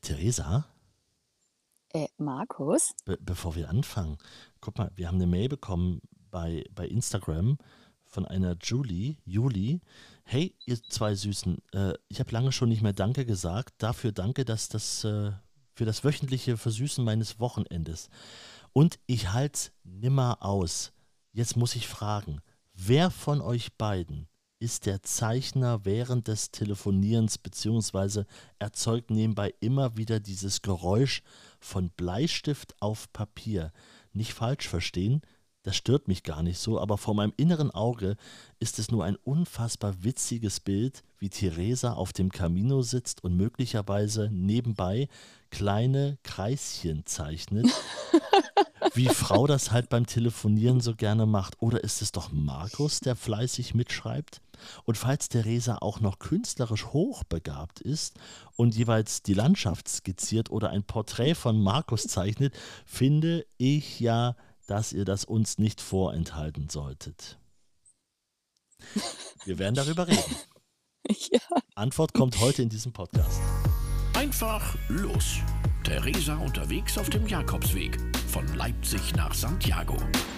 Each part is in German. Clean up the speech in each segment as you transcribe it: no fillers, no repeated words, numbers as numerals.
Theresa, Markus? bevor wir anfangen, guck mal, wir haben eine Mail bekommen bei Instagram von einer Juli. Hey, ihr zwei Süßen, ich habe lange schon nicht mehr Danke gesagt. Dafür danke, dass für das wöchentliche Versüßen meines Wochenendes. Und ich halt's nimmer aus. Jetzt muss ich fragen, wer von euch beiden ist der Zeichner während des Telefonierens beziehungsweise erzeugt nebenbei immer wieder dieses Geräusch von Bleistift auf Papier? Nicht falsch verstehen, das stört mich gar nicht so, aber vor meinem inneren Auge ist es nur ein unfassbar witziges Bild, wie Theresa auf dem Camino sitzt und möglicherweise nebenbei kleine Kreischen zeichnet, wie Frau das halt beim Telefonieren so gerne macht. Oder ist es doch Markus, der fleißig mitschreibt? Und falls Theresa auch noch künstlerisch hochbegabt ist und jeweils die Landschaft skizziert oder ein Porträt von Markus zeichnet, finde ich ja, dass ihr das uns nicht vorenthalten solltet. Wir werden darüber reden. Ja. Antwort kommt heute in diesem Podcast. Einfach los. Theresa unterwegs auf dem Jakobsweg von Leipzig nach Santiago.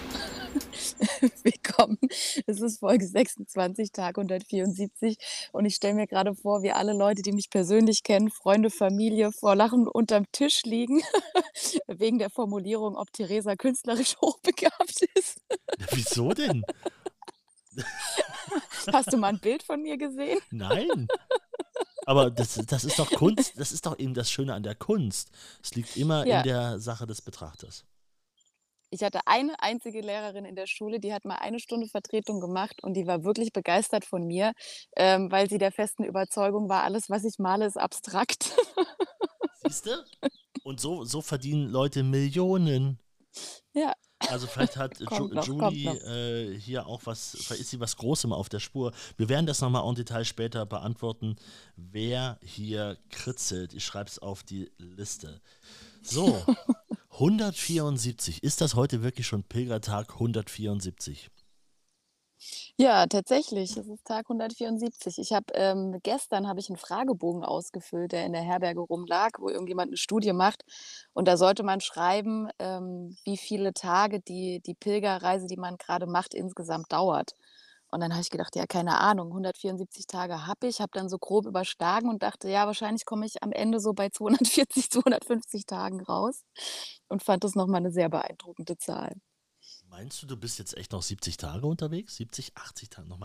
Willkommen. Es ist Folge 26, Tag 174. Und ich stelle mir gerade vor, wie alle Leute, die mich persönlich kennen, Freunde, Familie, vor Lachen unterm Tisch liegen, wegen der Formulierung, ob Theresa künstlerisch hochbegabt ist. Ja, wieso denn? Hast du mal ein Bild von mir gesehen? Nein. Aber das ist doch Kunst, das ist doch eben das Schöne an der Kunst. Es liegt immer in Ja, der Sache des Betrachters. ich hatte eine einzige Lehrerin in der Schule, die hat mal eine Stunde Vertretung gemacht und die war wirklich begeistert von mir, weil sie der festen Überzeugung war, alles, was ich male, ist abstrakt. Siehst du? Und so verdienen Leute Millionen. Ja, Also vielleicht hat kommt noch, kommt Julie noch. hier auch vielleicht ist sie was Großem auf der Spur. Wir werden das nochmal en Detail später beantworten, wer hier kritzelt. Ich schreibe es auf die Liste. So, 174. Ist das heute wirklich schon Pilgertag 174? Ja, tatsächlich, es ist Tag 174. Gestern habe ich einen Fragebogen ausgefüllt, der in der Herberge rumlag, wo irgendjemand eine Studie macht. Und da sollte man schreiben, wie viele Tage die Pilgerreise, die man gerade macht, insgesamt dauert. Und dann habe ich gedacht: „Ja, keine Ahnung, 174 Tage habe ich.“ Habe dann so grob überschlagen und dachte: „Ja, wahrscheinlich komme ich am Ende so bei 240, 250 Tagen raus.“ Und fand das noch mal 'ne sehr beeindruckende Zahl. Meinst du, du bist jetzt echt noch 70 Tage unterwegs? 70, 80 Tage nochmal?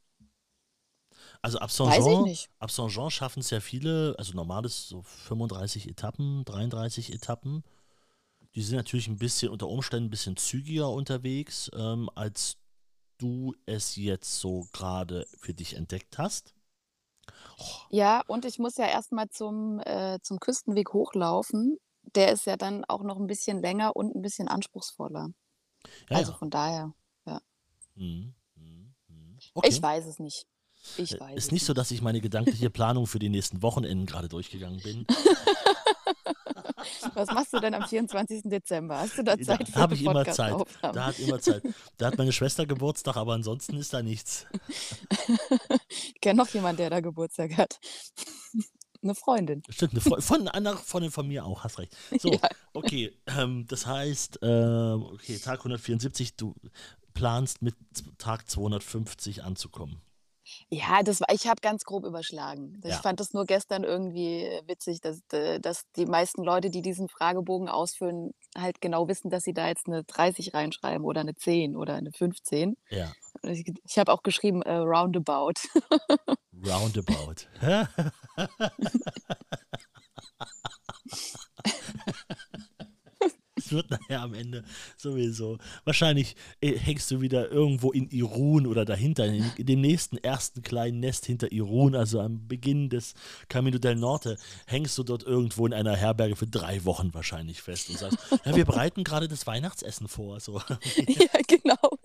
Also Weiß ich nicht. Ab Saint-Jean schaffen es ja viele, also normales so 35 Etappen, 33 Etappen. Die sind natürlich ein bisschen unter Umständen ein bisschen zügiger unterwegs, als du es jetzt so gerade für dich entdeckt hast. Ja, und ich muss ja erst mal zum Küstenweg hochlaufen. Der ist ja dann auch noch 'n bisschen länger und 'n bisschen anspruchsvoller. Ja, Also, ja. von daher, ja. Mhm, mhm, mhm. Ich Okay. weiß es nicht. Ich weiß Ist es nicht so, nicht. dass ich meine gedankliche Planung für die nächsten Wochenenden gerade durchgegangen bin. Was machst du denn am 24. Dezember? Hast du da Da Zeit für habe 'ne ich immer Zeit. Podcastaufnahme? Da hat immer Zeit. Da hat meine Schwester Geburtstag, aber ansonsten ist da nichts. Ich kenne noch jemand, der da Geburtstag hat. 'Ne Freundin. Stimmt, von einer Freundin von mir auch, hast recht. So, Ja. okay, das heißt, okay, Tag 174, du planst mit Tag 250 anzukommen. Ja, ich habe ganz grob überschlagen. Ich Ja, fand das nur gestern irgendwie witzig, dass die meisten Leute, die diesen Fragebogen ausfüllen, halt genau wissen, dass sie da jetzt 'ne 30 reinschreiben oder 'ne 10 oder 'ne 15. ja, Und ich habe auch geschrieben, roundabout. roundabout. Es wird nachher am Ende sowieso. Wahrscheinlich hängst du wieder irgendwo in Irun oder dahinter, in dem nächsten ersten kleinen Nest hinter Irun, also am Beginn des Camino del Norte, hängst du dort irgendwo in einer Herberge für 3 Wochen wahrscheinlich fest und sagst, ja, wir bereiten gerade das Weihnachtsessen vor. So. Ja, genau.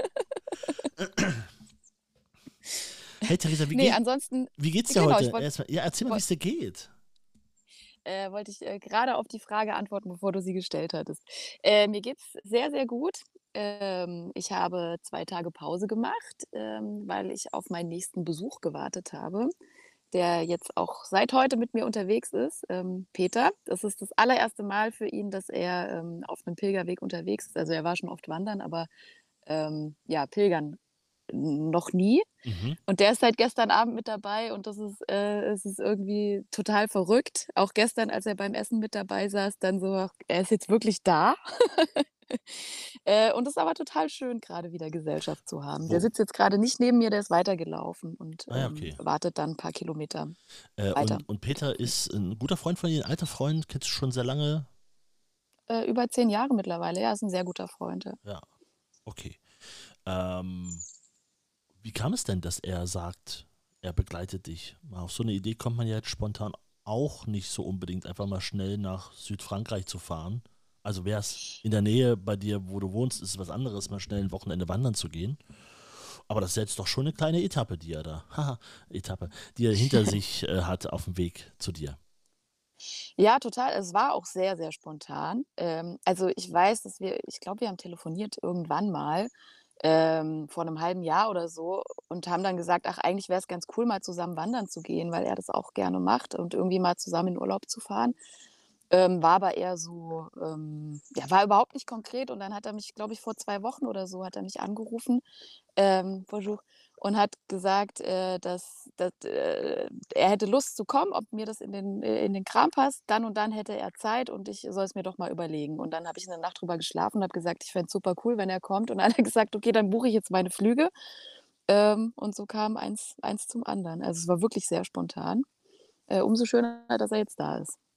Hey Theresa, Ne, ansonsten wie geht's dir genau, heute? ich wollte Erstmal, ja, erzähl mal, wie woll es dir geht. wollte ich, grade auf die Frage antworten, bevor du sie gestellt hattest. Mir geht's sehr, sehr gut. Ich habe 2 Tage Pause gemacht, weil ich auf meinen nächsten Besuch gewartet habe. der jetzt auch seit heute mit mir unterwegs ist, Peter. Das ist das allererste Mal für ihn, dass er, auf 'nem Pilgerweg unterwegs ist. Also, er war schon oft wandern, aber, ja, pilgern noch nie. Mhm. Und der ist seit gestern Abend mit dabei und es ist irgendwie total verrückt. Auch gestern, als er beim Essen mit dabei saß, dann so: ach, er ist jetzt wirklich da. Und es ist aber total schön, gerade wieder Gesellschaft zu haben. Der Wo sitzt jetzt gerade nicht neben mir, der ist weitergelaufen und, Ah ja, okay. wartet dann 'n paar Kilometer weiter. Und Peter ist ein guter Freund von dir, 'n alter Freund, kennst du schon sehr lange? Über 10 Jahre mittlerweile, ja, ist 'n sehr guter Freund, ja. Ja, okay. Ähm, Wie kam es denn, dass er sagt, er begleitet dich? Mal auf so eine Idee kommt man ja jetzt spontan auch nicht so unbedingt, einfach mal schnell nach Südfrankreich zu fahren. Also wäre es in der Nähe bei dir, wo du wohnst, ist es was anderes, mal schnell ein Wochenende wandern zu gehen. Aber das ist jetzt doch schon eine kleine Etappe, die er da, haha, Etappe, die er hinter sich hat auf dem Weg zu dir. Ja, total. Es war auch sehr, sehr spontan. Also, ich glaube, wir haben telefoniert irgendwann mal, vor einem halben Jahr oder so und haben dann gesagt: „Ach, eigentlich wäre es ganz cool, mal zusammen wandern zu gehen“, weil er das auch gerne macht und irgendwie mal zusammen in Urlaub zu fahren. War aber eher so, ja, war überhaupt nicht konkret und dann hat er mich, glaube ich, vor 2 Wochen oder so hat er mich angerufen, bonjour, und hat gesagt, er hätte Lust zu kommen, ob mir das in den Kram passt. Dann und dann hätte er Zeit und ich soll es mir doch mal überlegen. Und dann habe ich 'ne Nacht drüber geschlafen und habe gesagt, ich fände es super cool, wenn er kommt. Und dann hat er gesagt: „Okay, dann buche ich jetzt meine Flüge.“ Und so kam eins zum anderen. Also, es war wirklich sehr spontan. Umso schöner, dass er jetzt da ist.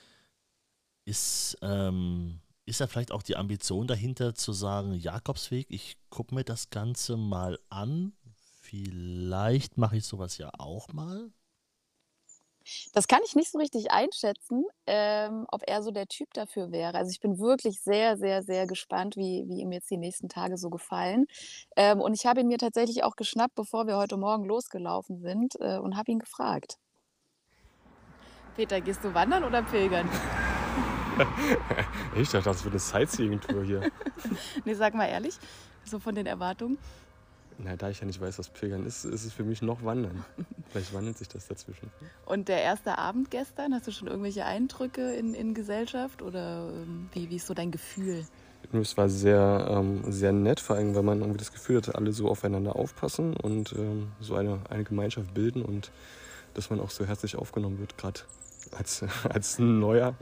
Ist da vielleicht auch die Ambition dahinter zu sagen, Jakobsweg, ich gucke mir das Ganze mal an, vielleicht mache ich sowas ja auch mal? Das kann ich nicht so richtig einschätzen, ob er so der Typ dafür wäre. Also, ich bin wirklich sehr, sehr, sehr gespannt, wie ihm jetzt die nächsten Tage so gefallen. Und ich habe ihn mir tatsächlich auch geschnappt, bevor wir heute Morgen losgelaufen sind, und habe ihn gefragt: „Peter, gehst du wandern oder pilgern?“ Ich dachte, das wird eine Sightseeing-Tour hier. Ne, sag mal ehrlich, so von den Erwartungen? Na, da ich ja nicht weiß, was Pilgern ist, ist es für mich noch Wandern. Vielleicht wandelt sich das dazwischen. Und der erste Abend gestern, hast du schon irgendwelche Eindrücke in Gesellschaft oder, wie ist so dein Gefühl? Es war sehr nett, vor allem, weil man irgendwie das Gefühl hatte, alle so aufeinander aufpassen und so eine Gemeinschaft bilden und dass man auch so herzlich aufgenommen wird, gerade als Neuer.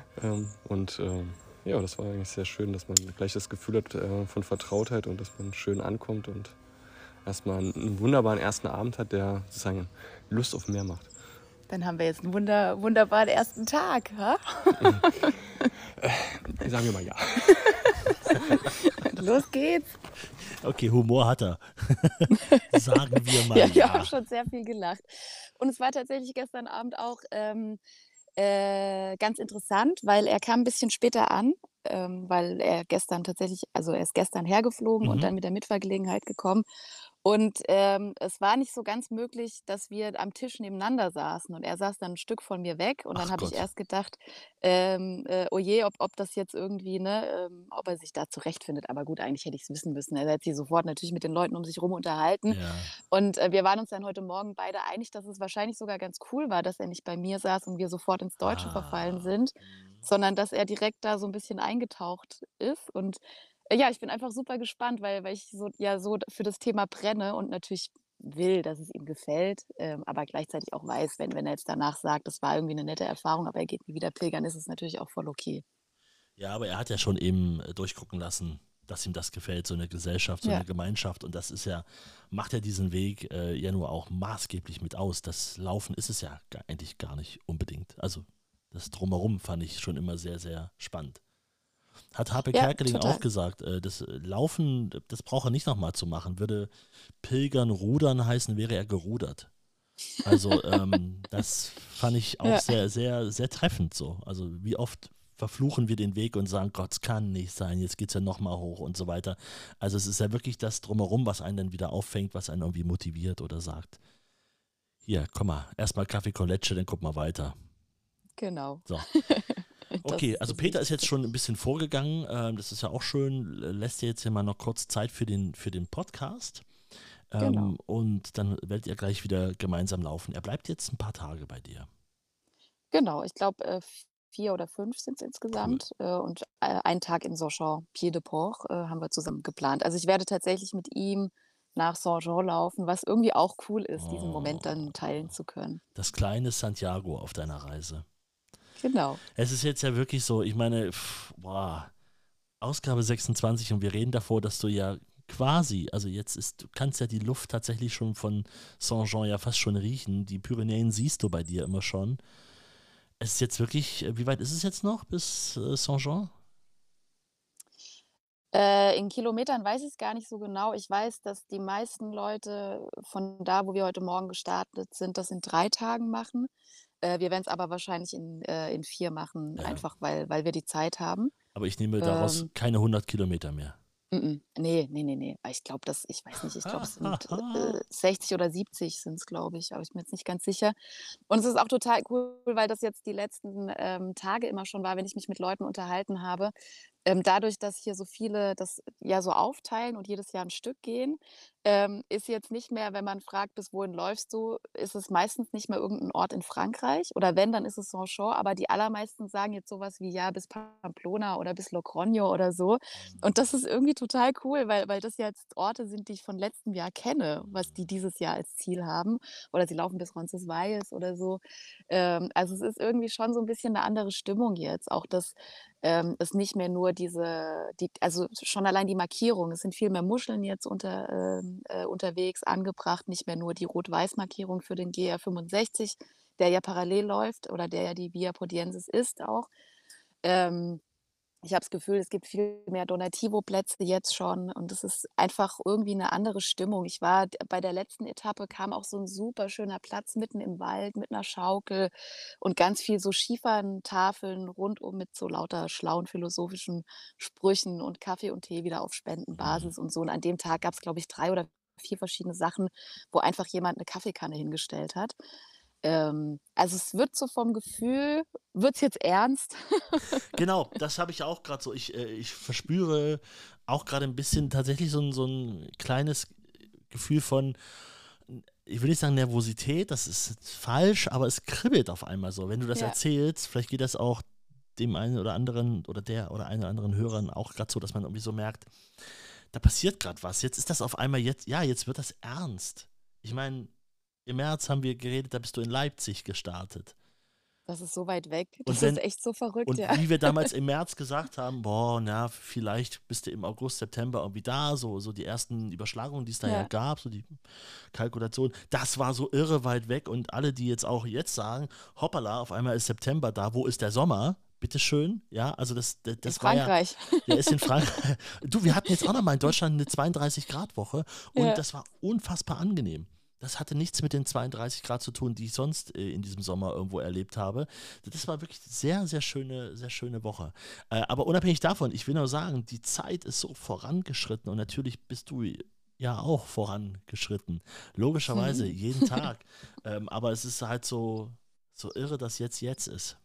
Ja, das war eigentlich sehr schön, dass man gleich das Gefühl hat von Vertrautheit und dass man schön ankommt und erstmal einen wunderbaren ersten Abend hat, der sozusagen Lust auf mehr macht. Dann haben wir jetzt einen wunderbaren ersten Tag, ha? Sagen wir mal ja. Los geht's. Okay, Humor hat er. Sagen wir mal Ja, wir ja. haben schon sehr viel gelacht. Und es war tatsächlich gestern Abend auch, ganz interessant, weil er kam 'n bisschen später an, weil er ist gestern hergeflogen und Mhm. dann mit der Mitfahrgelegenheit gekommen. Und, es war nicht so ganz möglich, dass wir am Tisch nebeneinander saßen und er saß dann 'n Stück von mir weg und dann Ach habe ich Gott. erst gedacht, „Oh je, ob das jetzt irgendwie, ne, ob er sich da zurechtfindet.“ Aber gut, eigentlich hätte ich's wissen müssen. Er hat sich sofort natürlich mit den Leuten um sich rum unterhalten Ja. und, wir waren uns dann heute Morgen beide einig, dass es wahrscheinlich sogar ganz cool war, dass er nicht bei mir saß und wir sofort ins Deutsche verfallen Ah. sind, Mhm. sondern dass er direkt da so 'n bisschen eingetaucht ist und ja, ich bin einfach super gespannt, weil ich so für das Thema brenne und natürlich will, dass es ihm gefällt, aber gleichzeitig auch weiß, wenn er jetzt danach sagt, das war irgendwie 'ne nette Erfahrung, aber er geht nie wieder pilgern, ist es natürlich auch voll okay. Ja, aber er hat ja schon eben durchgucken lassen, dass ihm das gefällt, so eine Gesellschaft, so Ja. eine Gemeinschaft. Und das ist ja, macht ja diesen Weg ja nur auch maßgeblich mit aus. Das Laufen ist es ja eigentlich gar nicht unbedingt. Also das Drumherum fand ich schon immer sehr, sehr spannend. Hat Harpe Ja, Kerkeling auch total. gesagt, das Laufen, das braucht er nicht nochmal zu machen. Würde Pilgern, Rudern heißen, wäre er gerudert. Also das fand ich auch Ja. sehr, sehr, sehr treffend so. Also wie oft verfluchen wir den Weg und sagen, Gott, es kann nicht sein, jetzt geht es ja nochmal hoch und so weiter. Also es ist ja wirklich das Drumherum, was einen dann wieder auffängt, was einen irgendwie motiviert oder sagt, hier, komm mal, erstmal Kaffee con leche, dann guck mal weiter. Genau. So. Das Okay, ist also das Peter ist jetzt Wichtigste. schon ein bisschen vorgegangen, das ist ja auch schön, lässt dir jetzt hier mal noch kurz Zeit für den Podcast. Genau. Und dann werdet ihr gleich wieder gemeinsam laufen. Er bleibt jetzt ein paar Tage bei dir. Genau, ich glaube, 4 oder 5 sind's Cool. insgesamt, und, einen Tag in Sochaux, Pied-de-Port, haben wir zusammen geplant. Also, ich werde tatsächlich mit ihm nach Saint-Jean laufen, was irgendwie auch cool ist, diesen Moment dann teilen Oh, zu können. das kleine Santiago auf deiner Reise. Genau. Es ist jetzt ja wirklich so, ich meine, boah, Ausgabe 26 und wir reden davor, dass du ja quasi, also jetzt ist, du kannst ja die Luft tatsächlich schon von Saint-Jean ja fast schon riechen. Die Pyrenäen siehst du bei dir immer schon. Es ist jetzt wirklich, wie weit ist es jetzt noch bis Saint-Jean? In Kilometern weiß ich's gar nicht so genau. Ich weiß, dass die meisten Leute von da, wo wir heute Morgen gestartet sind, das in 3 Tagen machen. Wir werden's aber wahrscheinlich in 4 machen, Ja, einfach weil wir die Zeit haben. aber ich nehme daraus Ähm keine 100 Kilometer mehr. Ne, ne, ne, ne. Ich glaube, ich weiß nicht, ich glaube, es sind, 60 oder 70 sind's, glaube ich, aber ich bin mir jetzt nicht ganz sicher. Und es ist auch total cool, weil das jetzt die letzten, Tage immer schon war, wenn ich mich mit Leuten unterhalten habe. Dadurch, dass hier so viele das ja so aufteilen und jedes Jahr ein Stück gehen, ist jetzt nicht mehr, wenn man fragt: „Bis wohin läufst du?", ist es meistens nicht mehr irgendein Ort in Frankreich oder wenn, dann ist es Sochaux, aber die allermeisten sagen jetzt sowas wie: „Ja, bis Pamplona oder bis Logroño" oder so. Und das ist irgendwie total cool, weil das jetzt Orte sind, die ich von letztem Jahr kenne, was die dieses Jahr als Ziel haben. Oder sie laufen bis Roncesvalles oder so. Also, es ist irgendwie schon so ein bisschen eine andere Stimmung jetzt. Auch, dass, es nicht mehr nur also, schon allein die Markierung. Es sind viel mehr Muscheln jetzt unterwegs angebracht, nicht mehr nur die Rot-Weiß-Markierung für den GR 65, der ja parallel läuft oder der ja die Via Pordiensis ist auch. Ähm Ich habe das Gefühl, es gibt viel mehr Donativo-Plätze jetzt schon und es ist einfach irgendwie 'ne andere Stimmung. Ich war d Bei der letzten Etappe kam auch so 'n super schöner Platz mitten im Wald mit 'ner Schaukel und ganz viel so Schiefertafeln rundum mit so lauter schlauen philosophischen Sprüchen und Kaffee und Tee wieder auf Mhm. Spendenbasis und so. Und an dem Tag gab's, glaube ich, 3 oder 4 verschiedene Sachen, wo einfach jemand 'ne Kaffeekanne hingestellt hat. Also, es wird so vom Gefühl wird's jetzt ernst. Genau, das habe ich auch gerade so. Ich verspüre auch gerade ein bisschen tatsächlich so ein kleines Gefühl von, ich will nicht sagen Nervosität, das ist falsch, aber es kribbelt auf einmal so. Wenn du das Ja. erzählst, vielleicht geht das auch dem einen oder anderen oder der oder einen oder anderen Hörern auch gerade so, dass man irgendwie so merkt, da passiert gerade was. Jetzt ist das auf einmal jetzt wird das ernst. Ich meine, im März haben wir geredet, da bist du in Leipzig gestartet. Das ist so weit weg. Und Das ist wenn, echt so verrückt, Und ja. wie wir damals im März gesagt haben, boah, na, vielleicht bist du im August, September irgendwie da, so die ersten Überschlagungen, die es da ja Ja. gab, so die Kalkulation, das war so irre weit weg und alle, die jetzt auch jetzt sagen, hoppala, auf einmal ist September da, wo ist der Sommer? Bitteschön, ja, also In das war ja, Frankreich. der ist in Frankreich. Du, wir hatten jetzt auch noch mal in Deutschland eine 32-Grad-Woche und Ja. das war unfassbar angenehm. Das hatte nichts mit den 32 Grad zu tun, die ich sonst in diesem Sommer irgendwo erlebt habe. Das war wirklich eine sehr schöne Woche. Aber unabhängig davon, ich will nur sagen, die Zeit ist so vorangeschritten und natürlich bist du ja auch vorangeschritten. Logischerweise, Mhm. jeden Tag. Aber es ist halt so irre, dass jetzt ist.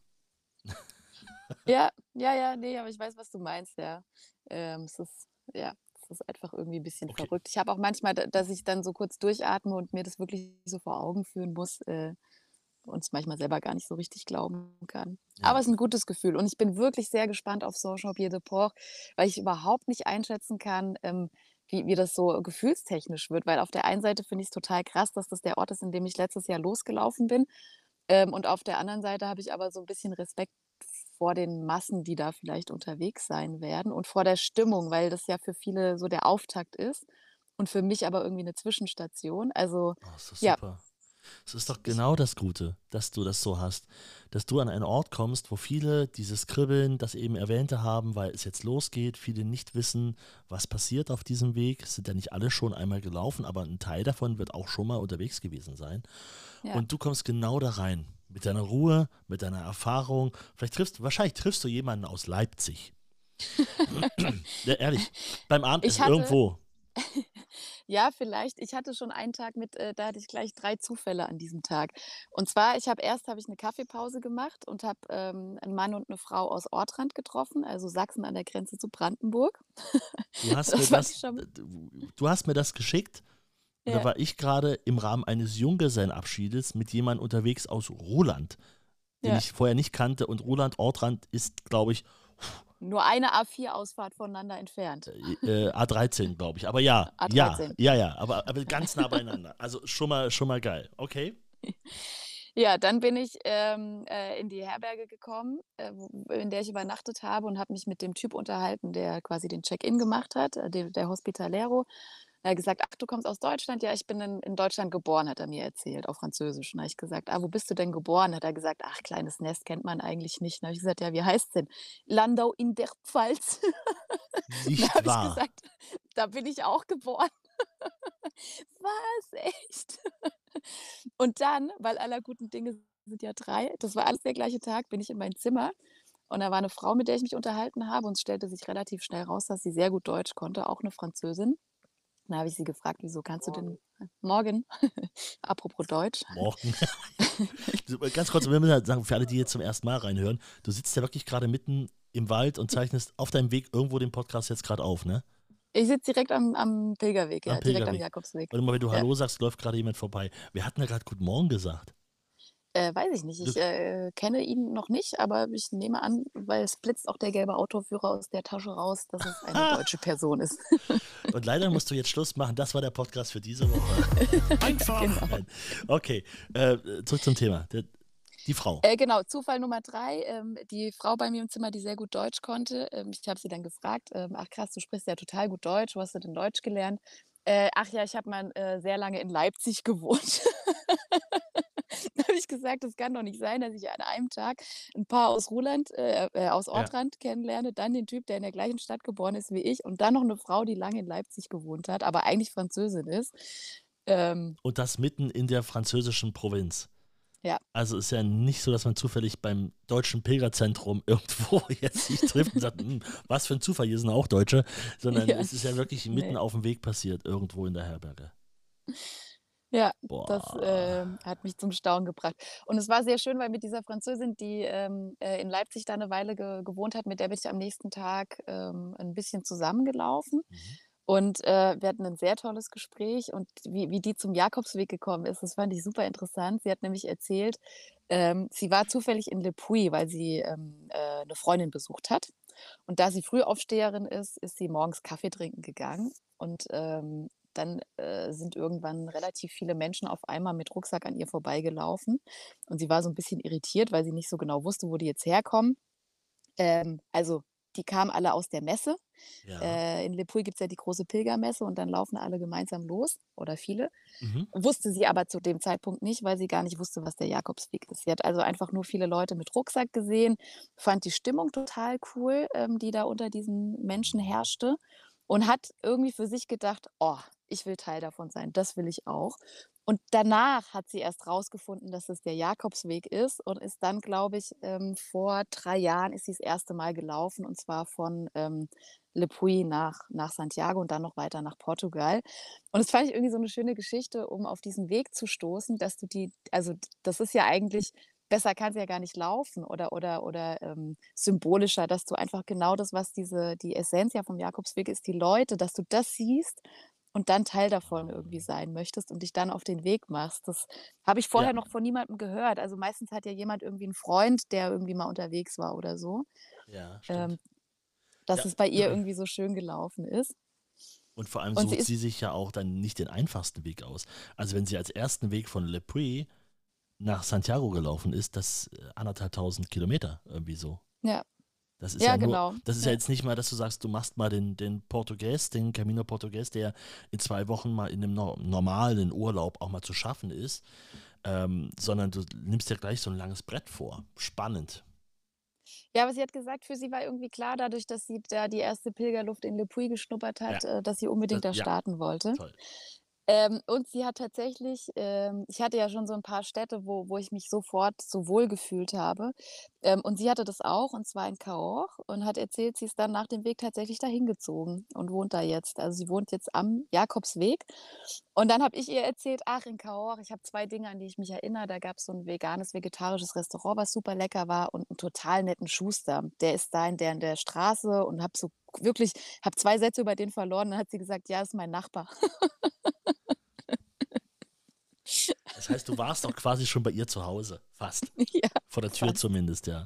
Ja, ja, ja, ne, aber ich weiß, was du meinst, ja. Es ist ja, es ist einfach irgendwie 'n bisschen Okay. verrückt. Ich habe auch manchmal, dass ich dann so kurz durchatme und mir das wirklich so vor Augen führen muss, und es manchmal selber gar nicht so richtig glauben kann. Aber Ja. es ist 'n gutes Gefühl und ich bin wirklich sehr gespannt auf Saint-Jean-Pied-de-Port, weil ich überhaupt nicht einschätzen kann, wie das so gefühlstechnisch wird, weil auf der einen Seite finde ich's total krass, dass das der Ort ist, in dem ich letztes Jahr losgelaufen bin. Und auf der anderen Seite habe ich aber so 'n bisschen Respekt vor den Massen, die da vielleicht unterwegs sein werden und vor der Stimmung, weil das ja für viele so der Auftakt ist und für mich aber irgendwie 'ne Zwischenstation. Also, Oh, ist das ja, super. Es ist ich doch ich genau das Gute, dass du das so hast, dass du an einen Ort kommst, wo viele dieses Kribbeln, das eben Erwähnte haben, weil es jetzt losgeht, viele nicht wissen, was passiert auf diesem Weg. Es sind ja nicht alle schon einmal gelaufen, aber ein Teil davon wird auch schon mal unterwegs gewesen sein. ja. Und du kommst genau da rein, mit deiner Ruhe, mit deiner Erfahrung. Wahrscheinlich triffst du jemanden aus Leipzig. Ja, ehrlich, beim Ich Abendessen hatte irgendwo. Ja, vielleicht. Ich hatte schon einen Tag da hatte ich gleich 3 Zufälle an diesem Tag. Und zwar, habe ich 'ne Kaffeepause gemacht und habe, 'n Mann und 'ne Frau aus Ortrand getroffen, also Sachsen an der Grenze zu Brandenburg. Du hast mir Das fand das, ich schon du hast mir das geschickt. Und da Ja, war ich gerade im Rahmen eines Junggesellenabschiedes mit jemandem unterwegs aus Ruland, den ja. ich vorher nicht kannte. Und Ruland, Ortrand ist, glaube ich, Nur eine A4-Ausfahrt voneinander entfernt. A13, glaube ich. Aber ja, A13. aber ganz nah beieinander. Also schon mal geil. Okay. Ja, dann bin ich, in die Herberge gekommen, in der ich übernachtet habe und habe mich mit dem Typ unterhalten, der quasi den Check-in gemacht hat, der Hospitalero. Er hat gesagt: „Ach, du kommst aus Deutschland?“ „Ja, ich bin in Deutschland geboren“, hat er mir erzählt, auf Französisch. Und da habe ich gesagt: „Ah, wo bist du denn geboren?“ Hat er gesagt: „Ach, kleines Nest kennt man eigentlich nicht.“ Dann habe ich gesagt: „Ja, wie heißt's denn?“ „Landau in der Pfalz.“ Da Nicht habe ich wahr. gesagt: „Da bin ich auch geboren.“ „Was, echt?“ Und dann, weil aller guten Dinge sind ja 3, das war alles der gleiche Tag, bin ich in mein Zimmer und da war 'ne Frau, mit der ich mich unterhalten habe und es stellte sich relativ schnell raus, dass sie sehr gut Deutsch konnte, auch 'ne Französin. Dann habe ich sie gefragt: „Wieso kannst du denn“ Morgen. Apropos Deutsch. Morgen. Ganz kurz, wir müssen halt sagen, für alle, die jetzt zum ersten Mal reinhören, du sitzt ja wirklich gerade mitten im Wald und zeichnest auf deinem Weg irgendwo den Podcast jetzt gerade auf, ne? Ich sitze direkt am Pilgerweg, Am ja, direkt am Pilgerweg. Jakobsweg. Und immer wenn du Ja. Hallo sagst, läuft gerade jemand vorbei. Wir hatten ja gerade Guten Morgen gesagt. Weiß ich nicht. Du, Ich, kenne ihn noch nicht, aber ich nehme an, weil es blitzt auch der gelbe Autoführer aus der Tasche raus, dass es eine deutsche Person ist. und leider musst du jetzt Schluss machen. Das war der Podcast für diese Woche. Einfach Genau. Nein. Okay, zurück zum Thema. Die Frau. Genau, Zufall Nummer 3, die Frau bei mir im Zimmer, die sehr gut Deutsch konnte. Ich habe sie dann gefragt: „Ach krass, du sprichst ja total gut Deutsch. Wo hast du denn Deutsch gelernt?“ „Ach ja, ich habe mal, sehr lange in Leipzig gewohnt.“ Da habe ich gesagt: „Das kann doch nicht sein, dass ich an einem Tag ein Paar aus Ruland aus Ja. Ortrand kennenlerne, dann den Typ, der in der gleichen Stadt geboren ist wie ich und dann noch eine Frau, die lange in Leipzig gewohnt hat, aber eigentlich Französin ist.“ Und das mitten in der französischen Provinz. Ja, Also ist ja nicht so, dass man zufällig beim deutschen Pilgerzentrum irgendwo jetzt sich trifft und sagt, was für ein Zufall, hier sind auch Deutsche, sondern ja, es ist ja wirklich mitten ne. auf dem Weg passiert, irgendwo in der Herberge. Ja, das, Boah. hat mich zum Staunen gebracht. Und es war sehr schön, weil mit dieser Französin, die, in Leipzig da 'ne Weile gewohnt hat, mit der bin ich am nächsten Tag, 'n bisschen zusammengelaufen. Mhm. Und, wir hatten 'n sehr tolles Gespräch und wie die zum Jakobsweg gekommen ist, das fand ich super interessant. Sie hat nämlich erzählt, sie war zufällig in Le Puy, weil sie, 'ne Freundin besucht hat. Und da sie Frühaufsteherin ist, ist sie morgens Kaffee trinken gegangen und, dann, sind irgendwann relativ viele Menschen auf einmal mit Rucksack an ihr vorbeigelaufen und sie war so 'n bisschen irritiert, weil sie nicht so genau wusste, wo die jetzt herkommen. Also, die kamen alle aus der Messe. Ja. In Le Puy gibt's ja die große Pilgermesse und dann laufen alle gemeinsam los oder viele. Mhm. Wusste sie aber zu dem Zeitpunkt nicht, weil sie gar nicht wusste, was der Jakobsweg ist. Sie hat also einfach nur viele Leute mit Rucksack gesehen, fand die Stimmung total cool, die da unter diesen Menschen herrschte und hat irgendwie für sich gedacht: „Oh, ich will Teil davon sein, das will ich auch.“ Und danach hat sie erst rausgefunden, dass es der Jakobsweg ist und ist dann, glaube ich, vor 3 Jahren ist sie das erste Mal gelaufen und zwar von, Le Puy nach Santiago und dann noch weiter nach Portugal. Und das fand ich irgendwie so 'ne schöne Geschichte, um auf diesen Weg zu stoßen, dass du die also, das ist ja eigentlich besser kann's ja gar nicht laufen oder, symbolischer, dass du einfach genau das, was die Essenz ja vom Jakobsweg ist, die Leute, dass du das siehst und dann Teil davon irgendwie sein möchtest und dich dann auf den Weg machst. Das habe ich Ja, vorher noch von niemandem gehört. Also, meistens hat ja jemand irgendwie 'n Freund, der irgendwie mal unterwegs war oder so, ja, ähm, stimmt. dass Ja. es bei ihr irgendwie so schön gelaufen ist. Und vor allem Und sie sucht ist sie sich ja auch dann nicht den einfachsten Weg aus. Also wenn sie als ersten Weg von Le Puy nach Santiago gelaufen ist, das 1.500 Kilometer irgendwie so. ja, Das ist ja, ja nur, genau. das ist ja Ja. jetzt nicht mal, dass du sagst, du machst mal den Portugues, den Camino Portugues, der in 2 Wochen mal in einem normalen Urlaub auch mal zu schaffen ist, sondern du nimmst ja gleich so ein langes Brett vor. Spannend. Ja, aber sie hat gesagt, für sie war irgendwie klar, dadurch, dass sie da die erste Pilgerluft in Le Puy geschnuppert Ja, hat, dass sie unbedingt da ja, starten wollte. toll. Und sie hat tatsächlich ich hatte ja schon so 'n paar Städte, wo ich mich sofort so wohl gefühlt habe. Und sie hatte das auch, und zwar in Cahors und hat erzählt, sie ist dann nach dem Weg tatsächlich dahin gezogen und wohnt da jetzt. Also, sie wohnt jetzt am Jakobsweg. Und dann habe ich ihr erzählt: „Ach, in Cahors, ich habe 2 Dinge, an die ich mich erinnere. Da gab's so 'n veganes, vegetarisches Restaurant, was super lecker war und 'n total netten Schuster. Der ist da in der Straße“ und habe so wirklich habe 2 Sätze über den verloren. Dann hat sie gesagt: „Ja, ist mein Nachbar.“ Das heißt, du warst doch quasi schon bei ihr zu Hause, fast. Ja, Vor der Tür fast. zumindest, ja.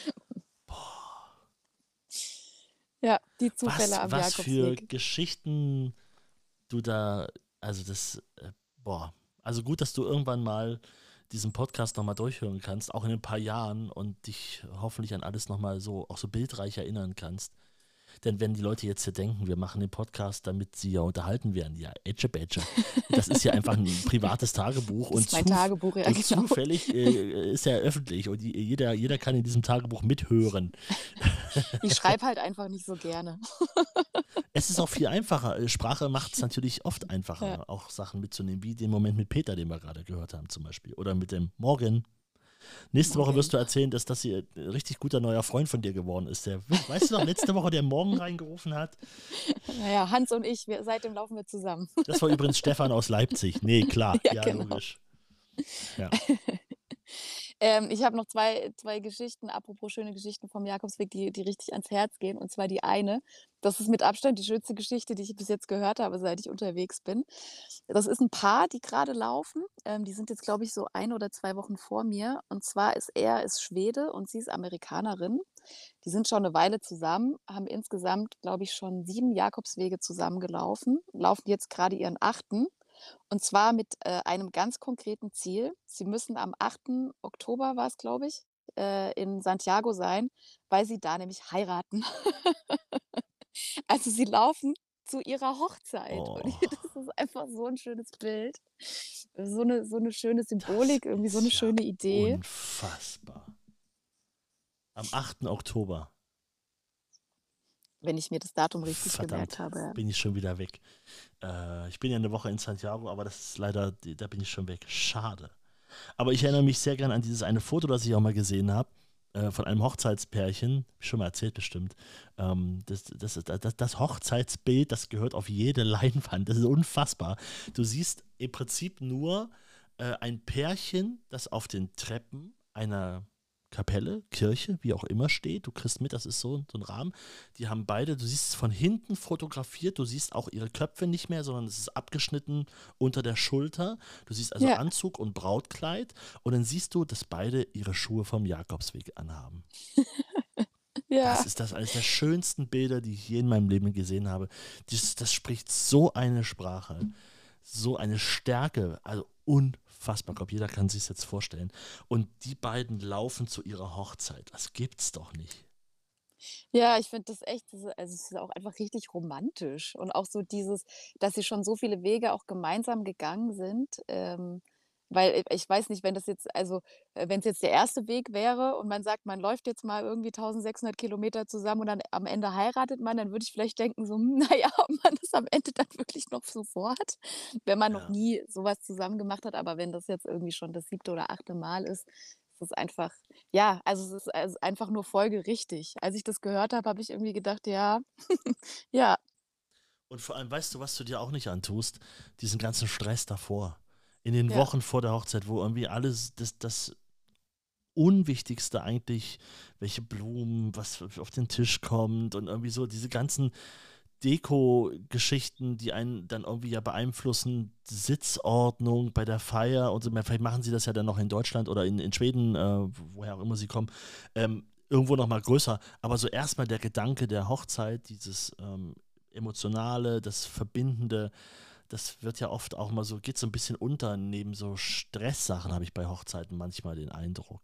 Ja, die Zufälle am Was für Jakobsweg. Geschichten du da, also gut, dass du irgendwann mal diesen Podcast nochmal durchhören kannst, auch in ein paar Jahren und dich hoffentlich an alles nochmal so, auch so bildreich erinnern kannst. Denn wenn die Leute jetzt hier denken, wir machen den Podcast, damit sie ja unterhalten werden, ja, Ätsche. Das ist ja einfach ein privates Tagebuch Das ist mein Tagebuch, ja, und genau. zufällig ist ja öffentlich und jeder kann in diesem Tagebuch mithören. Ich schreibe halt einfach nicht so gerne. Es ist auch viel einfacher. Sprache macht es natürlich oft einfacher, Ja. auch Sachen mitzunehmen, wie den Moment mit Peter, den wir gerade gehört haben zum Beispiel. Oder mit dem Morgen. Nächste Woche Morgen. wirst du erzählen, dass das hier ein richtig guter neuer Freund von dir geworden ist. Weißt du noch, letzte Woche der Morgen reingerufen hat? Naja, Hans und ich, seitdem laufen wir zusammen. Das war übrigens Stefan aus Leipzig. Nee, klar. Ja, Ja, genau. logisch. Ja. Ich habe noch zwei Geschichten, apropos schöne Geschichten vom Jakobsweg, die richtig ans Herz gehen. Und zwar die eine, das ist mit Abstand die schönste Geschichte, die ich bis jetzt gehört habe, seit ich unterwegs bin. Das ist ein Paar, die gerade laufen. Die sind jetzt, glaube ich, so 1 oder 2 Wochen vor mir. Und zwar ist er Schwede und sie ist Amerikanerin. Die sind schon eine Weile zusammen, haben insgesamt, glaube ich, schon 7 Jakobswege zusammen gelaufen, laufen jetzt gerade ihren 8. Und zwar mit einem ganz konkreten Ziel. Sie müssen am 8. Oktober, war es, glaube ich, in Santiago sein, weil sie da nämlich heiraten. Also sie laufen zu ihrer Hochzeit. Und Oh, das ist einfach so ein schönes Bild. So eine schöne Symbolik, das irgendwie so eine ist ja schöne Idee. unfassbar. Am 8. Oktober. Wenn ich mir das Datum richtig gemerkt Verdammt, habe. Ja. bin ich schon wieder weg. Ich bin ja eine Woche in Santiago, aber das ist leider, da bin ich schon weg. Schade. Aber ich erinnere mich sehr gern an dieses eine Foto, das ich auch mal gesehen habe, von einem Hochzeitspärchen. Hab ich schon mal erzählt bestimmt. Das Hochzeitsbild, das gehört auf jede Leinwand. Das ist unfassbar. Du siehst im Prinzip nur ein Pärchen, das auf den Treppen einer Kapelle, Kirche, wie auch immer steht. Du kriegst mit, das ist so ein Rahmen. Die haben beide, du siehst es von hinten fotografiert, du siehst auch ihre Köpfe nicht mehr, sondern es ist abgeschnitten unter der Schulter. Du siehst also Ja. Anzug und Brautkleid und dann siehst du, dass beide ihre Schuhe vom Jakobsweg anhaben. Ja. Das ist eines der schönsten Bilder, die ich je in meinem Leben gesehen habe. Das spricht so eine Sprache, so eine Stärke, also unfassbar. Ich glaube, jeder kann sich jetzt vorstellen. Und die beiden laufen zu ihrer Hochzeit. Das gibt's doch nicht. Ja, ich finde das echt, es ist auch einfach richtig romantisch und auch so dieses, dass sie schon so viele Wege auch gemeinsam gegangen sind, weil ich weiß nicht, wenn das jetzt also, wenn es jetzt der erste Weg wäre und man sagt, man läuft jetzt mal irgendwie 1.600 Kilometer zusammen und dann am Ende heiratet man, dann würde ich vielleicht denken so: „Na ja, ob man das am Ende dann wirklich noch so vorhat, wenn man noch Ja. nie sowas zusammen gemacht hat.“ Aber wenn das jetzt irgendwie schon das 7. oder 8. Mal ist, ist es einfach ja, also, es ist einfach nur folgerichtig. Als ich das gehört habe, habe ich irgendwie gedacht: „Ja, ja, Und vor allem, weißt du, was du dir auch nicht antust? Diesen ganzen Stress davor. In den ja, Wochen vor der Hochzeit, wo irgendwie alles, das Unwichtigste eigentlich, welche Blumen, was auf den Tisch kommt und irgendwie so diese ganzen Deko-Geschichten, die einen dann irgendwie ja beeinflussen, Sitzordnung bei der Feier und so. Vielleicht machen sie das ja dann noch in Deutschland oder in Schweden, woher auch immer sie kommen, irgendwo nochmal größer. Aber so erstmal der Gedanke der Hochzeit, dieses Emotionale, das Verbindende, das wird ja oft auch mal so, geht so ein bisschen unter neben so Stresssachen, habe ich bei Hochzeiten manchmal den Eindruck.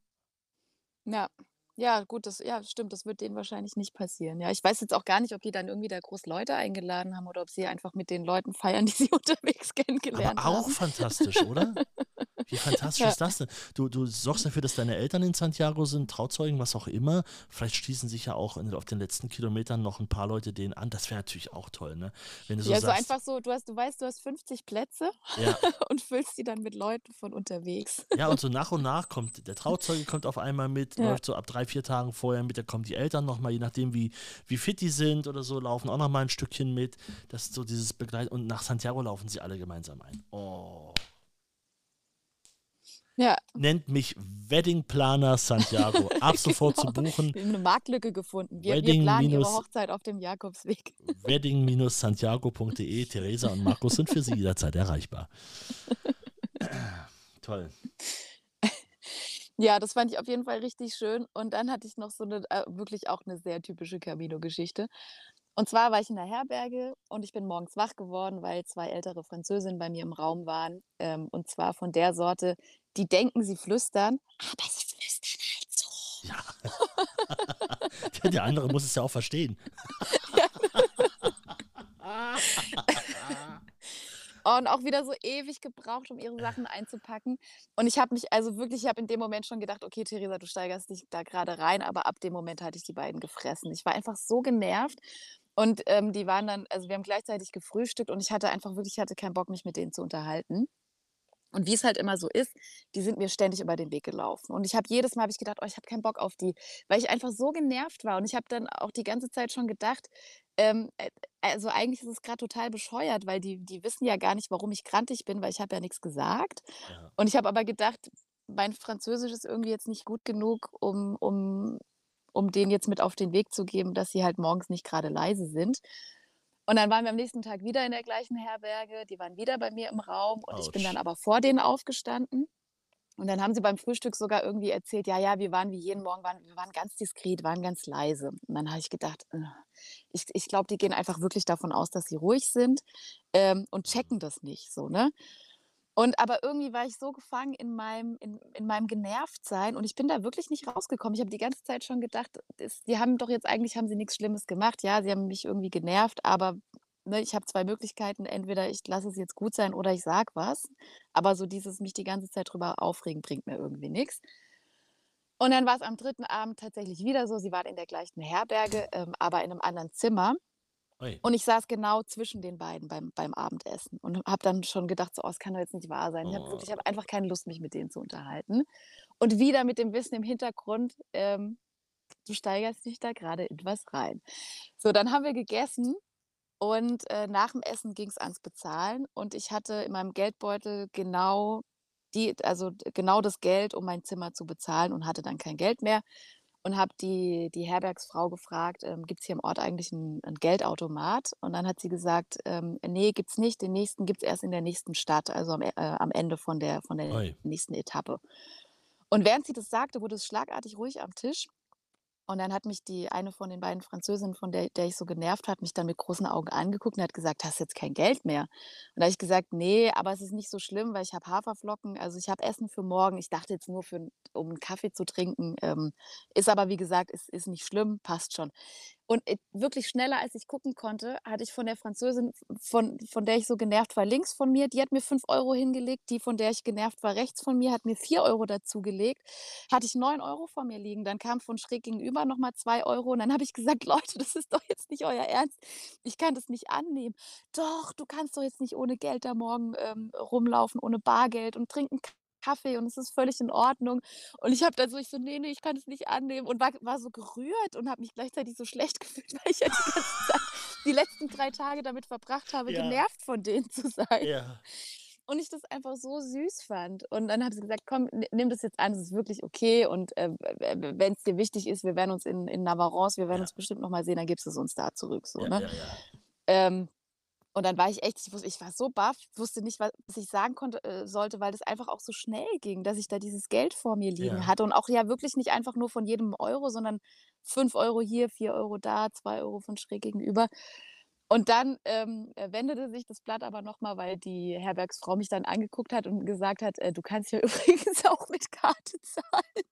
ja. Ja, gut, ja, stimmt, das wird denen wahrscheinlich nicht passieren. Ja, ich weiß jetzt auch gar nicht, ob die dann irgendwie da groß Leute eingeladen haben oder ob sie einfach mit den Leuten feiern, die sie unterwegs Aber kennengelernt auch haben. fantastisch, oder? Wie fantastisch Ja. ist das denn? Du sorgst dafür, dass deine Eltern in Santiago sind, Trauzeugen, was auch immer. Vielleicht schließen sich ja auch auf den letzten Kilometern noch ein paar Leute denen an. Das wäre natürlich auch toll, ne? Wenn du so Ja, so sagst, einfach so, du weißt, du hast 50 Plätze ja, und füllst die dann mit Leuten von unterwegs. ja, und so nach und nach kommt, der Trauzeuge kommt auf einmal mit, Ja. läuft so ab 3, 4 Tagen vorher mit, da kommen die Eltern nochmal, je nachdem wie fit die sind oder so, laufen auch nochmal ein Stückchen mit. Das ist so dieses Begleit und nach Santiago laufen sie alle gemeinsam ein. Oh. Ja, Nennt mich Weddingplaner Santiago. Ab sofort zu genau. buchen. Wir haben eine Marktlücke gefunden. Wir Wedding planen ihre minus- Hochzeit auf dem Jakobsweg. Wedding-santiago.de. Theresa und Markus sind für Sie jederzeit erreichbar. Toll. Ja, das fand ich auf jeden Fall richtig schön. Und dann hatte ich noch so eine wirklich auch eine sehr typische Camino-Geschichte. Und zwar war ich in der Herberge und ich bin morgens wach geworden, weil 2 ältere Französinnen bei mir im Raum waren, und zwar von der Sorte, die denken, sie flüstern, aber sie flüstern halt so. Ja. Der andere muss es ja auch verstehen. Und auch wieder so ewig gebraucht, um ihre Sachen einzupacken. Und ich habe mich also wirklich ich habe in dem Moment schon gedacht: „Okay, Theresa, du steigerst dich da gerade rein“, aber ab dem Moment hatte ich die beiden gefressen. Ich war einfach so genervt und, die waren dann also, wir haben gleichzeitig gefrühstückt und ich hatte keinen Bock, mich mit denen zu unterhalten. Und wie es halt immer so ist, die sind mir ständig über den Weg gelaufen. Und jedes Mal habe ich gedacht: „Oh, ich habe keinen Bock auf die“, weil ich einfach so genervt war. Und ich habe dann auch die ganze Zeit schon gedacht, also, eigentlich ist es gerade total bescheuert, weil die wissen ja gar nicht, warum ich grantig bin, weil ich habe ja nichts gesagt. Ja. Und ich habe aber gedacht, mein Französisch ist irgendwie jetzt nicht gut genug, um denen jetzt mit auf den Weg zu geben, dass sie halt morgens nicht gerade leise sind. Und dann waren wir am nächsten Tag wieder in der gleichen Herberge. Die waren wieder bei mir im Raum und ich bin dann Autsch. aber vor denen aufgestanden. Und dann haben sie beim Frühstück sogar irgendwie erzählt: „Ja, ja, wir waren wie jeden Morgen wir waren ganz diskret, waren ganz leise.“ Und dann habe ich gedacht: ich glaube, die gehen einfach wirklich davon aus, dass sie ruhig sind, und checken das nicht so, ne?“ Und aber irgendwie war ich so gefangen in meinem Genervtsein und ich bin da wirklich nicht rausgekommen. Ich habe die ganze Zeit schon gedacht, die haben doch jetzt eigentlich haben sie nichts Schlimmes gemacht. Ja, sie haben mich irgendwie genervt, aber, ne, ich habe 2 Möglichkeiten. Entweder ich lasse es jetzt gut sein oder ich sage was. Aber so dieses mich die ganze Zeit drüber aufregen, bringt mir irgendwie nichts. Und dann war es am dritten Abend tatsächlich wieder so, sie waren in der gleichen Herberge, aber in einem anderen Zimmer. Ui. Und ich saß genau zwischen den beiden beim Abendessen und habe dann schon gedacht so: „Oh, es kann doch jetzt nicht wahr sein.“ Ich Oh. habe einfach keine Lust, mich mit denen zu unterhalten. Und wieder mit dem Wissen im Hintergrund, du steigerst dich da gerade in was rein. So, dann haben wir gegessen und, nach dem Essen ging's ans Bezahlen und ich hatte in meinem Geldbeutel genau das Geld, um mein Zimmer zu bezahlen und hatte dann kein Geld mehr und habe die Herbergsfrau gefragt, gibt es hier im Ort eigentlich 'n Geldautomat? Und dann hat sie gesagt, „Ne, gibt's nicht. Den nächsten gibt's erst in der nächsten Stadt, also am Ende von der Ui. nächsten Etappe.“ Und während sie das sagte, wurde es schlagartig ruhig am Tisch und dann hat mich die eine von den beiden Französinnen, von der ich so genervt hat, mich dann mit großen Augen angeguckt und hat gesagt: „Hast du jetzt kein Geld mehr?“ Und da habe ich gesagt: „Ne, aber es ist nicht so schlimm, weil ich habe Haferflocken, also, ich habe Essen für morgen. Ich dachte jetzt nur um 'n Kaffee zu trinken, ist aber wie gesagt, ist nicht schlimm, passt schon.“ Und, wirklich schneller als ich gucken konnte, hatte ich von der Französin, von der ich so genervt war, links von mir, die hat mir 5 € hingelegt, die, von der ich genervt war, rechts von mir, hat mir 4 € dazugelegt. Hatte ich 9 € vor mir liegen. Dann kam von schräg gegenüber noch mal 2 € und dann habe ich gesagt: „Leute, das ist doch jetzt nicht euer Ernst. Ich kann das nicht annehmen.“ „Doch, du kannst doch jetzt nicht ohne Geld da morgen, rumlaufen, ohne Bargeld und trinken Kaffee und es ist völlig in Ordnung.“ Und ich so: „Ne, ne, ich kann es nicht annehmen“ und war so gerührt und habe mich gleichzeitig so schlecht gefühlt, weil ich ja die ganze Zeit die letzten 3 Tage damit verbracht habe, Ja, genervt von denen zu sein. ja, Und ich das einfach so süß fand. Und dann hat sie gesagt: „Komm, nimm das jetzt an, es ist wirklich okay und, wenn es dir wichtig ist, wir werden uns in Navarrenz wir werden ja, uns bestimmt noch mal sehen, dann gibst du's uns da zurück“, so, ja, ne? ja, ja. Ähm, und dann war ich war so baff, wusste nicht, was ich sagen sollte, weil das einfach auch so schnell ging, dass ich da dieses Geld vor mir liegen Ja. hatte und auch ja wirklich nicht einfach nur von jedem Euro, sondern 5 € hier, 4 € da, 2 € von schräg gegenüber. Und dann, wendete sich das Blatt aber noch mal, weil die Herbergsfrau mich dann angeguckt hat und gesagt hat: „Du kannst ja übrigens auch mit Karte zahlen.“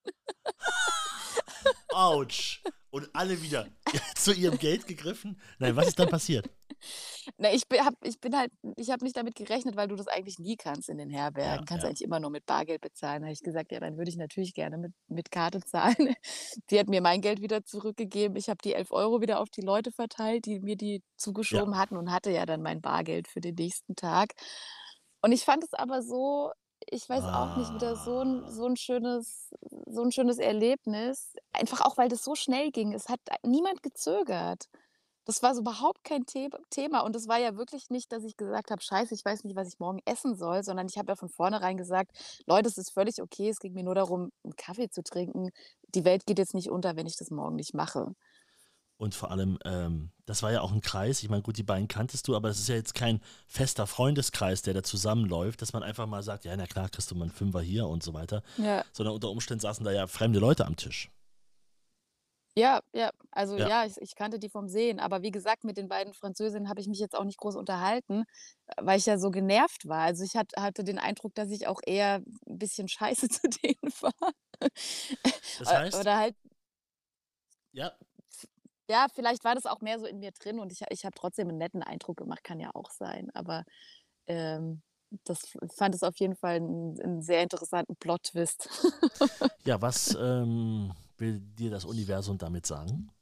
Autsch. Und alle wieder zu ihrem Geld gegriffen? Nein, was ist dann passiert? Na, ich habe nicht damit gerechnet, weil du das eigentlich nie kannst in den Ja, Herbergen. Kannst ja. eigentlich immer nur mit Bargeld bezahlen. Da habe ich gesagt: „Ja, dann würde ich natürlich gerne mit Karte zahlen.“ Sie hat mir mein Geld wieder zurückgegeben. Ich habe die 11 € wieder auf die Leute verteilt, die mir die Ja. zugeschoben hatten und hatte ja dann mein Bargeld für den nächsten Tag. Und ich fand es aber so ich weiß auch nicht, wieder Ah. so 'n schönes Erlebnis, einfach auch, weil das so schnell ging. Es hat niemand gezögert. Das war so überhaupt kein Thema und es war ja wirklich nicht, dass ich gesagt habe: „Scheiße, ich weiß nicht, was ich morgen essen soll“, sondern ich habe ja von vornherein gesagt: „Leute, es ist völlig okay. Es ging mir nur darum, 'n Kaffee zu trinken. Die Welt geht jetzt nicht unter, wenn ich das morgen nicht mache.“ Und vor allem, das war ja auch ein Kreis. Ich meine, gut, die beiden kanntest du, aber das ist ja jetzt kein fester Freundeskreis, der da zusammenläuft, dass man einfach mal sagt, ja, na klar, kriegst du mal einen Fünfer hier und so weiter. Ja. Sondern unter Umständen saßen da ja fremde Leute am Tisch. Ja, ja. Also, Ja, ja, ich kannte die vom Sehen, aber wie gesagt, mit den beiden Französinnen habe ich mich jetzt auch nicht groß unterhalten, weil ich ja so genervt war. Also, ich hatte den Eindruck, dass ich auch eher 'n bisschen scheiße zu denen war. das heißt, Oder halt ja, ja, vielleicht war das auch mehr so in mir drin und ich habe trotzdem 'n netten Eindruck gemacht, kann ja auch sein. Aber, ähm, das fand es auf jeden Fall 'n sehr interessanten Plot-Twist. ja, was will dir das Universum damit sagen?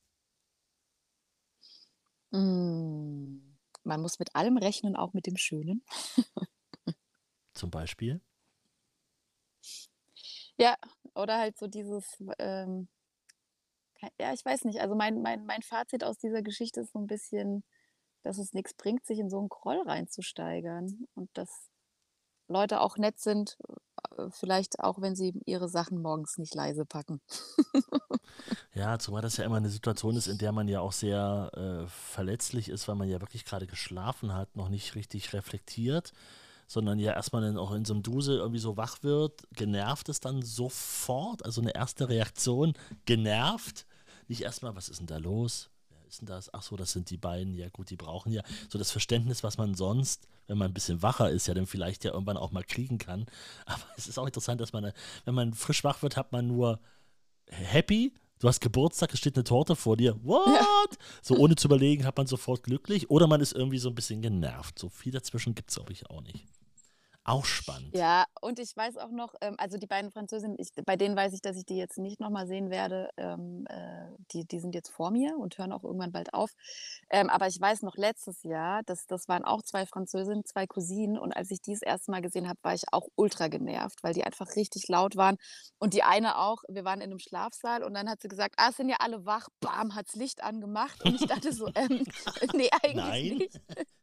Man muss mit allem rechnen, auch mit dem Schönen. Zum Beispiel? Ja, oder halt so dieses, ja, ich weiß nicht. Also, mein Fazit aus dieser Geschichte ist so 'n bisschen, dass es nix bringt, sich in so 'n Groll reinzusteigern und dass Leute auch nett sind, vielleicht auch, wenn sie ihre Sachen morgens nicht leise packen. Ja, zumal das ja immer eine Situation ist, in der man ja auch sehr verletzlich ist, weil man ja wirklich gerade geschlafen hat, noch nicht richtig reflektiert, sondern ja erstmal dann auch in so einem Dusel irgendwie so wach wird, genervt ist dann sofort, also eine erste Reaktion, genervt, nicht erstmal, was ist denn da los? Wer ist denn das? Ach so, das sind die beiden, ja gut, die brauchen ja so das Verständnis, was man sonst, wenn man ein bisschen wacher ist, ja dann vielleicht ja irgendwann auch mal kriegen kann. Aber es ist auch interessant, dass man, wenn man frisch wach wird, hat man nur happy, du hast Geburtstag, es steht eine Torte vor dir, Ja. what? So ohne zu überlegen, hat man sofort glücklich oder man ist irgendwie so ein bisschen genervt. So viel dazwischen gibt es, glaube ich, auch nicht. Auch spannend. Ja, und ich weiß auch noch, also die beiden Französinnen, bei denen weiß ich, dass ich die jetzt nicht noch mal sehen werde. Die sind jetzt vor mir und hören auch irgendwann bald auf. Aber ich weiß noch letztes Jahr, das waren auch 2 Französinnen, 2 Cousinen und als ich die das 1. Mal gesehen habe, war ich auch ultra genervt, weil die einfach richtig laut waren. Und die eine auch, wir waren in 'nem Schlafsaal und dann hat sie gesagt: „Ah, es sind ja alle wach.“ Bam, hat's Licht angemacht und ich dachte so: ne, eigentlich Nein? nicht.“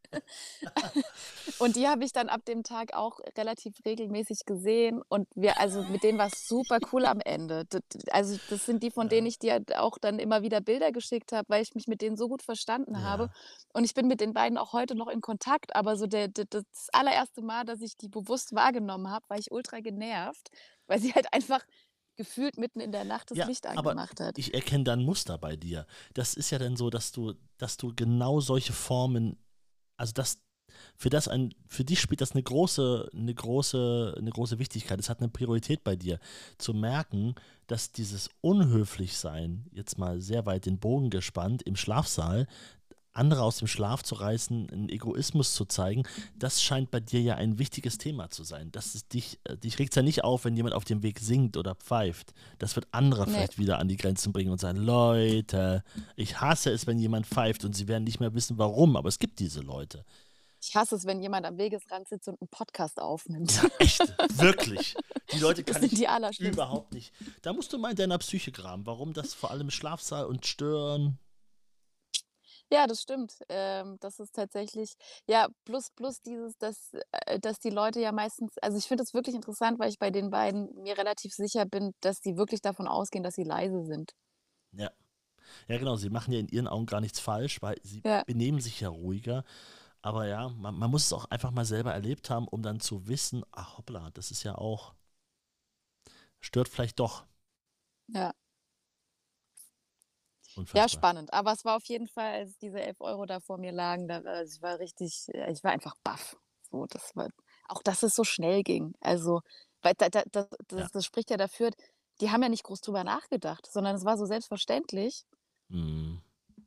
Und die habe ich dann ab dem Tag auch relativ regelmäßig gesehen und also, mit denen war's super cool am Ende. Also, das sind die, von denen Ja, ich dir auch dann immer wieder Bilder geschickt habe, weil ich mich mit denen so gut verstanden habe. ja. Und ich bin mit den beiden auch heute noch in Kontakt, aber so das allererste Mal, dass ich die bewusst wahrgenommen habe, war ich ultra genervt, weil sie halt einfach gefühlt mitten in der Nacht das Ja, Licht aber angemacht hat. ich erkenne da 'n Muster bei dir. Das ist ja dann so, dass du genau solche Formen, also für dich spielt das eine große Wichtigkeit. Es hat eine Priorität bei dir, zu merken, dass dieses Unhöflichsein, jetzt mal sehr weit den Bogen gespannt, im Schlafsaal, andere aus dem Schlaf zu reißen, einen Egoismus zu zeigen, das scheint bei dir ja ein wichtiges Thema zu sein. Dich regt es ja nicht auf, wenn jemand auf dem Weg singt oder pfeift. Das wird andere Ne. vielleicht wieder an die Grenzen bringen und sagen, Leute, ich hasse es, wenn jemand pfeift und sie werden nicht mehr wissen, warum, aber es gibt diese Leute. Ich hasse es, wenn jemand am Wegesrand sitzt und 'n Podcast aufnimmt. Ja, echt, wirklich. Die Leute Das kann sind ich die Allerschlimmsten. überhaupt nicht. Da musst du mal in deiner Psyche graben, warum das vor allem im Schlafsaal und Stören. Ja, das stimmt. Das ist tatsächlich, ja, plus dieses, dass die Leute ja meistens, also, ich finde das wirklich interessant, weil ich bei den beiden mir relativ sicher bin, dass die wirklich davon ausgehen, dass sie leise sind. Ja. Ja, genau, sie machen ja in ihren Augen gar nichts falsch, weil sie Ja, benehmen sich ja ruhiger. Aber ja, man muss es auch einfach mal selber erlebt haben, um dann zu wissen, ach hoppla, das ist ja auch, stört vielleicht doch. ja. Ja, Unfassbar. spannend. Aber es war auf jeden Fall, als diese 11 € da vor mir lagen, ich war richtig, ich war einfach baff. So, das war auch, dass es so schnell ging. Also, weil Ja. das spricht ja dafür, die haben ja nicht groß drüber nachgedacht, sondern es war so selbstverständlich. Mhm.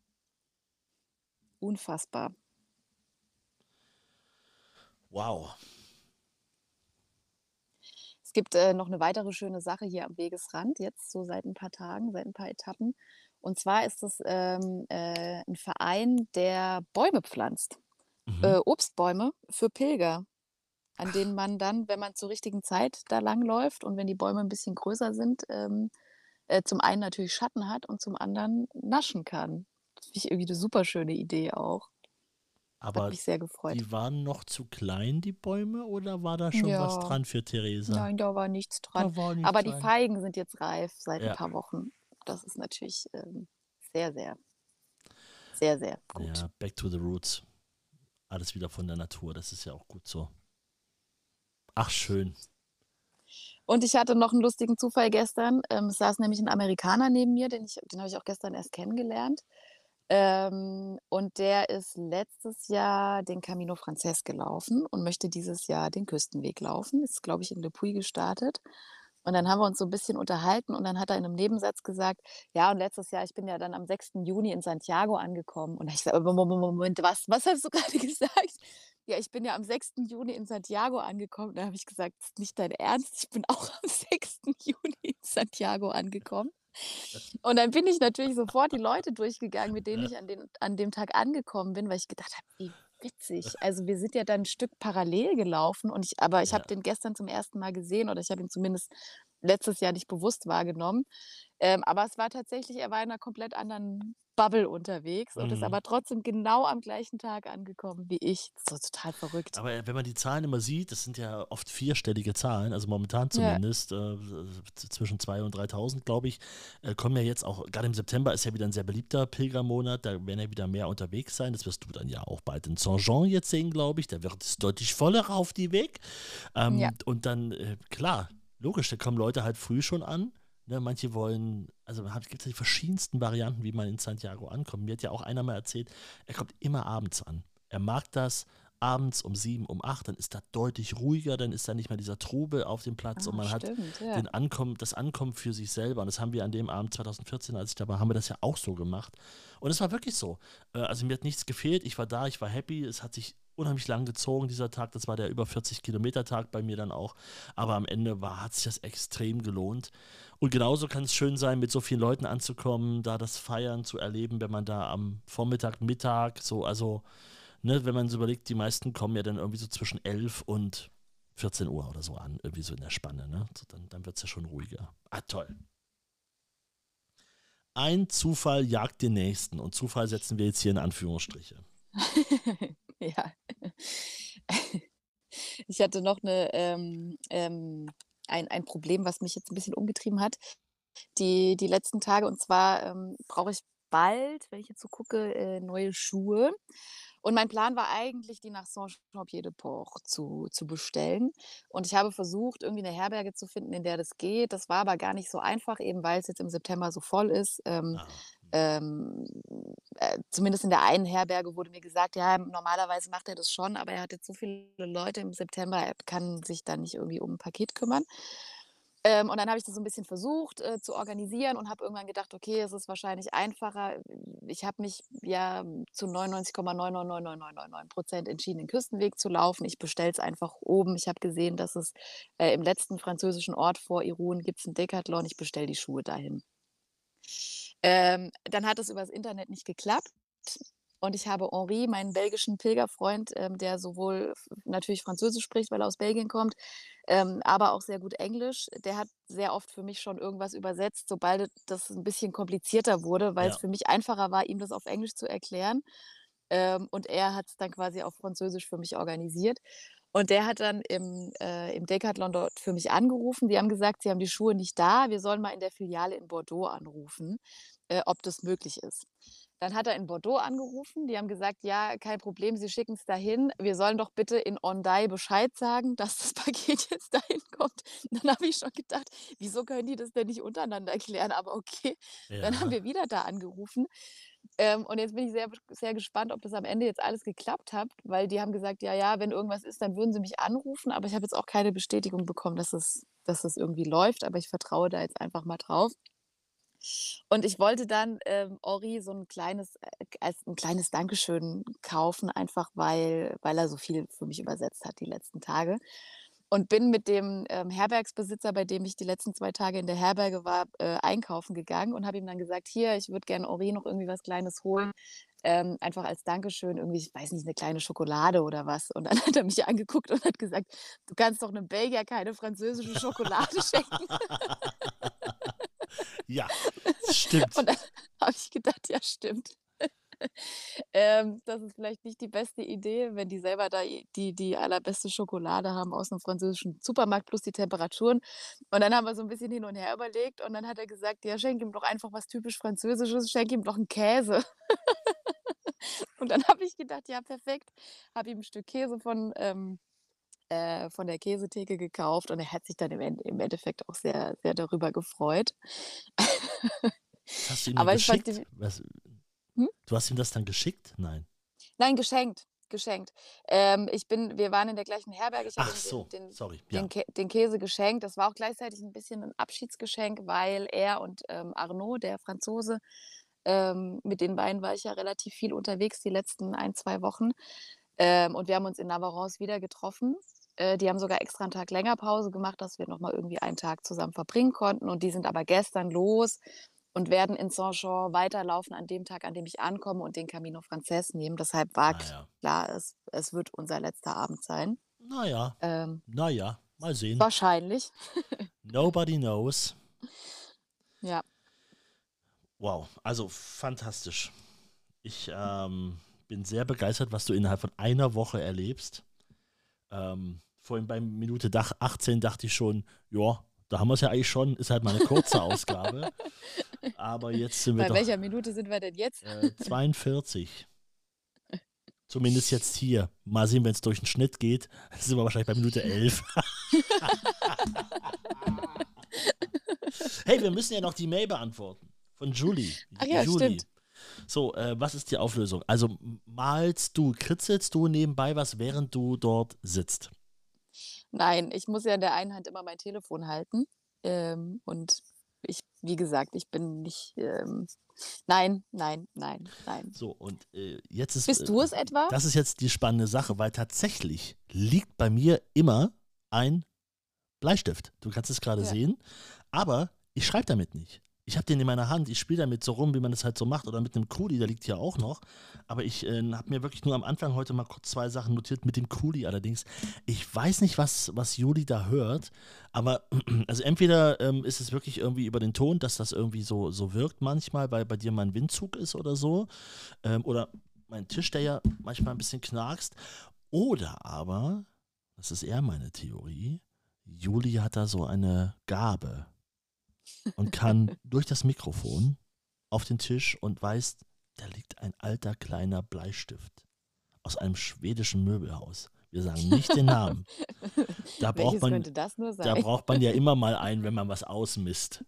Unfassbar. Wow. Es gibt, noch eine weitere schöne Sache hier am Wegesrand, jetzt so seit ein paar Tagen, seit ein paar Etappen. Und zwar ist es, 'n Verein, der Bäume pflanzt, Mhm. Obstbäume für Pilger, an denen man dann, wenn man zur richtigen Zeit da langläuft und wenn die Bäume ein bisschen größer sind, zum einen natürlich Schatten hat und zum anderen naschen kann. Das finde ich irgendwie 'ne super schöne Idee auch. Hat Aber mich sehr gefreut. die waren noch zu klein, die Bäume, oder war da schon was Ja, dran für Theresa? nein, da war nichts dran. Da war nichts Aber die dran. Feigen sind jetzt reif seit 'n Ja. paar Wochen. Das ist natürlich, sehr, sehr. sehr, sehr gut. Ja, back to the roots. Alles wieder von der Natur, das ist ja auch gut so. Ach, schön. Und ich hatte noch einen lustigen Zufall gestern. Es saß nämlich ein Amerikaner neben mir, den habe ich auch gestern erst kennengelernt. Und der ist letztes Jahr den Camino Frances gelaufen und möchte dieses Jahr den Küstenweg laufen. Ist, glaube ich, in Le Puy gestartet. Und dann haben wir uns so ein bisschen unterhalten und dann hat er in einem Nebensatz gesagt: „Ja, und letztes Jahr, ich bin ja dann am 6. Juni in Santiago angekommen.“ Und da habe ich gesagt: Moment, was hast du gerade gesagt?“ „Ja, ich bin ja am 6. Juni in Santiago angekommen.“ Da habe ich gesagt: „Das ist nicht dein Ernst? Ich bin auch am 6. Juni in Santiago angekommen.“ Und dann bin ich natürlich sofort die Leute durchgegangen, mit denen ich an dem Tag angekommen bin, weil ich gedacht habe: „Wie witzig.“ Also, wir sind ja dann 'n Stück parallel gelaufen und ich habe Ja. den gestern zum ersten Mal gesehen oder ich habe ihn zumindest letztes Jahr nicht bewusst wahrgenommen. Aber es war tatsächlich er war in 'ner komplett anderen Bubble unterwegs und ist Mhm. aber trotzdem genau am gleichen Tag angekommen wie ich. So total verrückt. Aber wenn man die Zahlen immer sieht, das sind ja oft vierstellige Zahlen, also momentan Ja, zumindest, zwischen 2.000 und 3.000, glaube ich, kommen ja jetzt auch, gerade im September ist ja wieder ein sehr beliebter Pilgermonat, da werden ja wieder mehr unterwegs sein. Das wirst du dann ja auch bald in Saint-Jean jetzt sehen, glaube ich. Da wird es deutlich voller auf die Weg. ja, Und dann, klar, logisch, da kommen Leute halt früh schon an. Ne, manche wollen, also gibt es ja die verschiedensten Varianten, wie man in Santiago ankommt. Mir hat ja auch einer mal erzählt, er kommt immer abends an. Er mag das, abends um 7, um 8, dann ist da deutlich ruhiger, dann ist da nicht mehr dieser Trubel auf dem Platz und man hat stimmt, ja. das Ankommen für sich selber. Und das haben wir an dem Abend 2014, als ich da war, haben wir das ja auch so gemacht. Und es war wirklich so. Also mir hat nichts gefehlt, ich war da, ich war happy, es hat sich unheimlich lang gezogen, dieser Tag. Das war der über 40-Kilometer-Tag bei mir dann auch. Aber am Ende hat sich das extrem gelohnt. Und genauso kann es schön sein, mit so vielen Leuten anzukommen, da das Feiern zu erleben, wenn man da am Vormittag, Mittag, so, also, ne, wenn man so überlegt, die meisten kommen ja dann irgendwie so zwischen 11 und 14 Uhr oder so an, irgendwie so in der Spanne, ne? So, dann wird es ja schon ruhiger. Ah, toll. Ein Zufall jagt den nächsten und Zufall setzen wir jetzt hier in Anführungsstriche. Ja. Ich hatte noch ein Problem, was mich jetzt ein bisschen umgetrieben hat, die letzten Tage. Und zwar, brauche ich bald, wenn ich jetzt so gucke, neue Schuhe. Und mein Plan war eigentlich, die nach Saint-Jean-Pied-de-Port zu bestellen. Und ich habe versucht, irgendwie eine Herberge zu finden, in der das geht. Das war aber gar nicht so einfach, eben weil es jetzt im September so voll ist. Ah, Ähm, Zumindest in der einen Herberge wurde mir gesagt, ja, normalerweise macht er das schon, aber er hat jetzt so viele Leute im September, er kann sich da nicht irgendwie um 'n Paket kümmern. Und dann habe ich das so ein bisschen versucht, zu organisieren und habe irgendwann gedacht: „Okay, es ist wahrscheinlich einfacher.“ Ich habe mich ja zu 99,99999 entschieden, den Küstenweg zu laufen. Ich bestelle es einfach oben. Ich habe gesehen, dass es, im letzten französischen Ort vor Irun gibt's 'n Decathlon. Ich bestelle die Schuhe dahin. Dann hat es übers Internet nicht geklappt und ich habe Henri, meinen belgischen Pilgerfreund, der sowohl natürlich Französisch spricht, weil er aus Belgien kommt, aber auch sehr gut Englisch. Der hat sehr oft für mich schon irgendwas übersetzt, sobald das ein bisschen komplizierter wurde, weil es ja. für mich einfacher war, ihm das auf Englisch zu erklären. Und er hat es dann quasi auf Französisch für mich organisiert. Und der hat dann im Decathlon dort für mich angerufen. Die haben gesagt, sie haben die Schuhe nicht da. Wir sollen mal in der Filiale in Bordeaux anrufen, ob das möglich ist. Dann hat er in Bordeaux angerufen. Die haben gesagt, ja, kein Problem, sie schicken es dahin. Wir sollen doch bitte in Hendaye Bescheid sagen, dass das Paket jetzt dahin kommt. Und dann habe ich schon gedacht, wieso können die das denn nicht untereinander klären? Aber okay, dann haben Ja. wir wieder da angerufen. Und jetzt bin ich sehr gespannt, ob das am Ende jetzt alles geklappt hat, weil die haben gesagt: „Ja, ja, wenn irgendwas ist, dann würden sie mich anrufen.“ Aber ich habe jetzt auch keine Bestätigung bekommen, dass es irgendwie läuft, aber ich vertraue da jetzt einfach mal drauf. Und ich wollte dann, Henri so ein kleines als 'n kleines Dankeschön kaufen, einfach weil er so viel für mich übersetzt hat die letzten Tage. Und bin mit dem, Herbergsbesitzer, bei dem ich die letzten 2 Tage in der Herberge war, einkaufen gegangen und habe ihm dann gesagt: „Hier, ich würde gerne Henri noch irgendwie was Kleines holen, einfach als Dankeschön, irgendwie, ich weiß nicht, eine kleine Schokolade oder was.“ Und dann hat er mich angeguckt und hat gesagt: „Du kannst doch 'nem Belgier keine französische Schokolade schenken.“ Ja, stimmt. Und dann habe ich gedacht: „Ja, stimmt.“ Das ist vielleicht nicht die beste Idee, wenn die selber da die allerbeste Schokolade haben aus 'nem französischen Supermarkt plus die Temperaturen. Und dann haben wir so 'n bisschen hin und her überlegt und dann hat er gesagt: „Ja, schenk ihm doch einfach was typisch Französisches, schenk ihm doch 'n Käse.“ Und dann habe ich gedacht, ja, perfekt. Habe ihm ein Stück Käse von der Käsetheke gekauft und er hat sich dann im Endeffekt auch sehr, sehr darüber gefreut. Was hast du ihm denn Aber ich fand geschickt? Hm? Du hast ihm das dann geschickt? Nein. Nein, geschenkt. Wir waren in der gleichen Herberge. Ich habe Ach ihm so, sorry. Ja. den Käse geschenkt. Das war auch gleichzeitig ein bisschen ein Abschiedsgeschenk, weil er und Arnaud, der Franzose, mit den beiden war ich ja relativ viel unterwegs die letzten 1, 2 Wochen. Und wir haben uns in Navarrense wieder getroffen. Die haben sogar extra einen Tag länger Pause gemacht, dass wir nochmal irgendwie einen Tag zusammen verbringen konnten. Und die sind aber gestern los und werden in Saint-Jean weiterlaufen an dem Tag, an dem ich ankomme und den Camino Frances nehmen. Deshalb war Naja. klar, es wird unser letzter Abend sein. Naja, mal sehen. Wahrscheinlich. Nobody knows. Ja. Wow, also fantastisch. Ich bin sehr begeistert, was du innerhalb von einer Woche erlebst. Vorhin bei Minute 18 dachte ich schon, ja, da haben wir es ja eigentlich schon, ist halt mal eine kurze Ausgabe. Aber jetzt sind wir Bei welcher Minute sind wir denn jetzt? 42. Zumindest jetzt hier. Mal sehen, wenn es durch den Schnitt geht, sind wir wahrscheinlich bei Minute 11. Hey, wir müssen ja noch die Mail beantworten. Von Julie. Ach ja, Julie. stimmt. So, was ist die Auflösung? Also kritzelst du nebenbei was, während du dort sitzt? Nein, ich muss ja in der einen Hand immer mein Telefon halten. Und wie gesagt, ich bin nicht. Nein. So, und jetzt ist. Bist du es etwa? Das ist jetzt die spannende Sache, weil tatsächlich liegt bei mir immer ein Bleistift. Du kannst es gerade sehen, aber ich schreibe damit nicht. Ich habe den in meiner Hand, ich spiele damit so rum, wie man das halt so macht, oder mit einem Kuli, der liegt hier auch noch. Aber ich habe mir wirklich nur am Anfang heute mal kurz 2 Sachen notiert, mit dem Kuli allerdings. Ich weiß nicht, was Juli da hört, aber also entweder ist es wirklich irgendwie über den Ton, dass das irgendwie so wirkt manchmal, weil bei dir mal ein Windzug ist oder so. Oder mein Tisch, der ja manchmal ein bisschen knarkst. Oder aber, das ist eher meine Theorie, Juli hat da so eine Gabe und kann durch das Mikrofon auf den Tisch und weiß, da liegt ein alter kleiner Bleistift aus einem schwedischen Möbelhaus. Wir sagen nicht den Namen. Welches könnte das nur sein? Da braucht man ja immer mal einen, wenn man was ausmisst.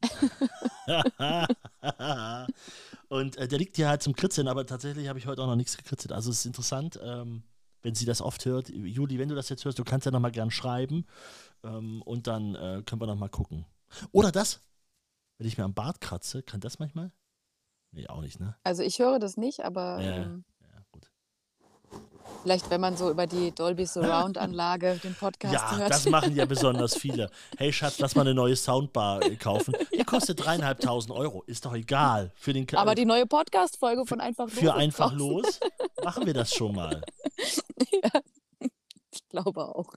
Und der liegt hier halt zum Kritzeln, aber tatsächlich habe ich heute auch noch nichts gekritzelt. Also es ist interessant, wenn sie das oft hört. Juli, wenn du das jetzt hörst, du kannst ja nochmal gern schreiben und dann können wir nochmal gucken. Oder das, wenn ich mir am Bart kratze, kann das manchmal? Nee, auch nicht, ne? Also ich höre das nicht, aber Ja, gut. vielleicht, wenn man so über die Dolby Surround Anlage den Podcast Ja, hört. das machen ja besonders viele. Hey Schatz, lass mal eine neue Soundbar kaufen. Die kostet 3.500 €. Ist doch egal. Aber die neue Podcast-Folge von Einfach Los. Für ist einfach draußen. los machen wir das schon mal. Ja, ich glaube auch.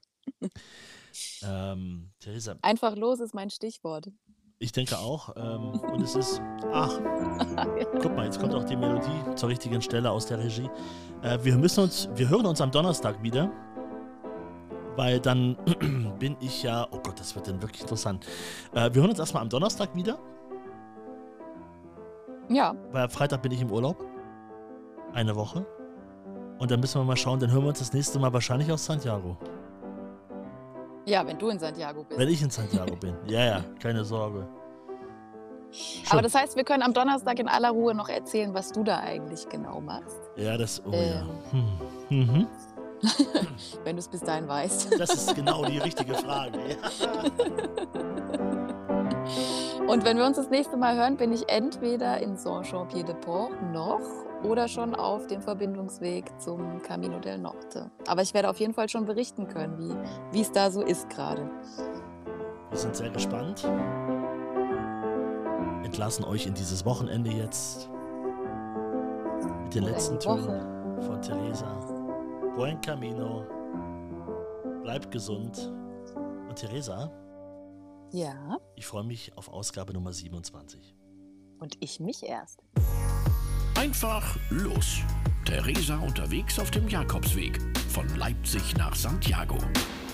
Theresa, Einfach los ist mein Stichwort. ich denke auch. Und es ist, guck mal, jetzt kommt auch die Melodie zur richtigen Stelle aus der Regie. Wir hören uns am Donnerstag wieder, weil dann bin ich ja, oh Gott, das wird dann wirklich interessant. Wir hören uns erstmal am Donnerstag wieder, Ja, weil am Freitag bin ich im Urlaub. Eine Woche. Und dann müssen wir mal schauen, dann hören wir uns das nächste Mal wahrscheinlich aus Santiago. ja, wenn du in Santiago bist. Wenn ich in Santiago bin. Ja, keine Sorge. Aber das heißt, wir können am Donnerstag in aller Ruhe noch erzählen, was du da eigentlich genau machst. Ja, ja. Mhm. Wenn du es bis dahin weißt. Das ist genau die richtige Frage. Ja. Und wenn wir uns das nächste Mal hören, bin ich entweder in Saint-Jean-Pied-de-Port noch oder schon auf dem Verbindungsweg zum Camino del Norte. Aber ich werde auf jeden Fall schon berichten können, wie es da so ist gerade. Wir sind sehr gespannt. Entlassen euch in dieses Wochenende jetzt mit den letzten Tönen von Theresa. Buen Camino. Bleibt gesund. Und Theresa, Ja, ich freue mich auf Ausgabe Nummer 27. und ich mich erst. Einfach los. Theresa unterwegs auf dem Jakobsweg von Leipzig nach Santiago.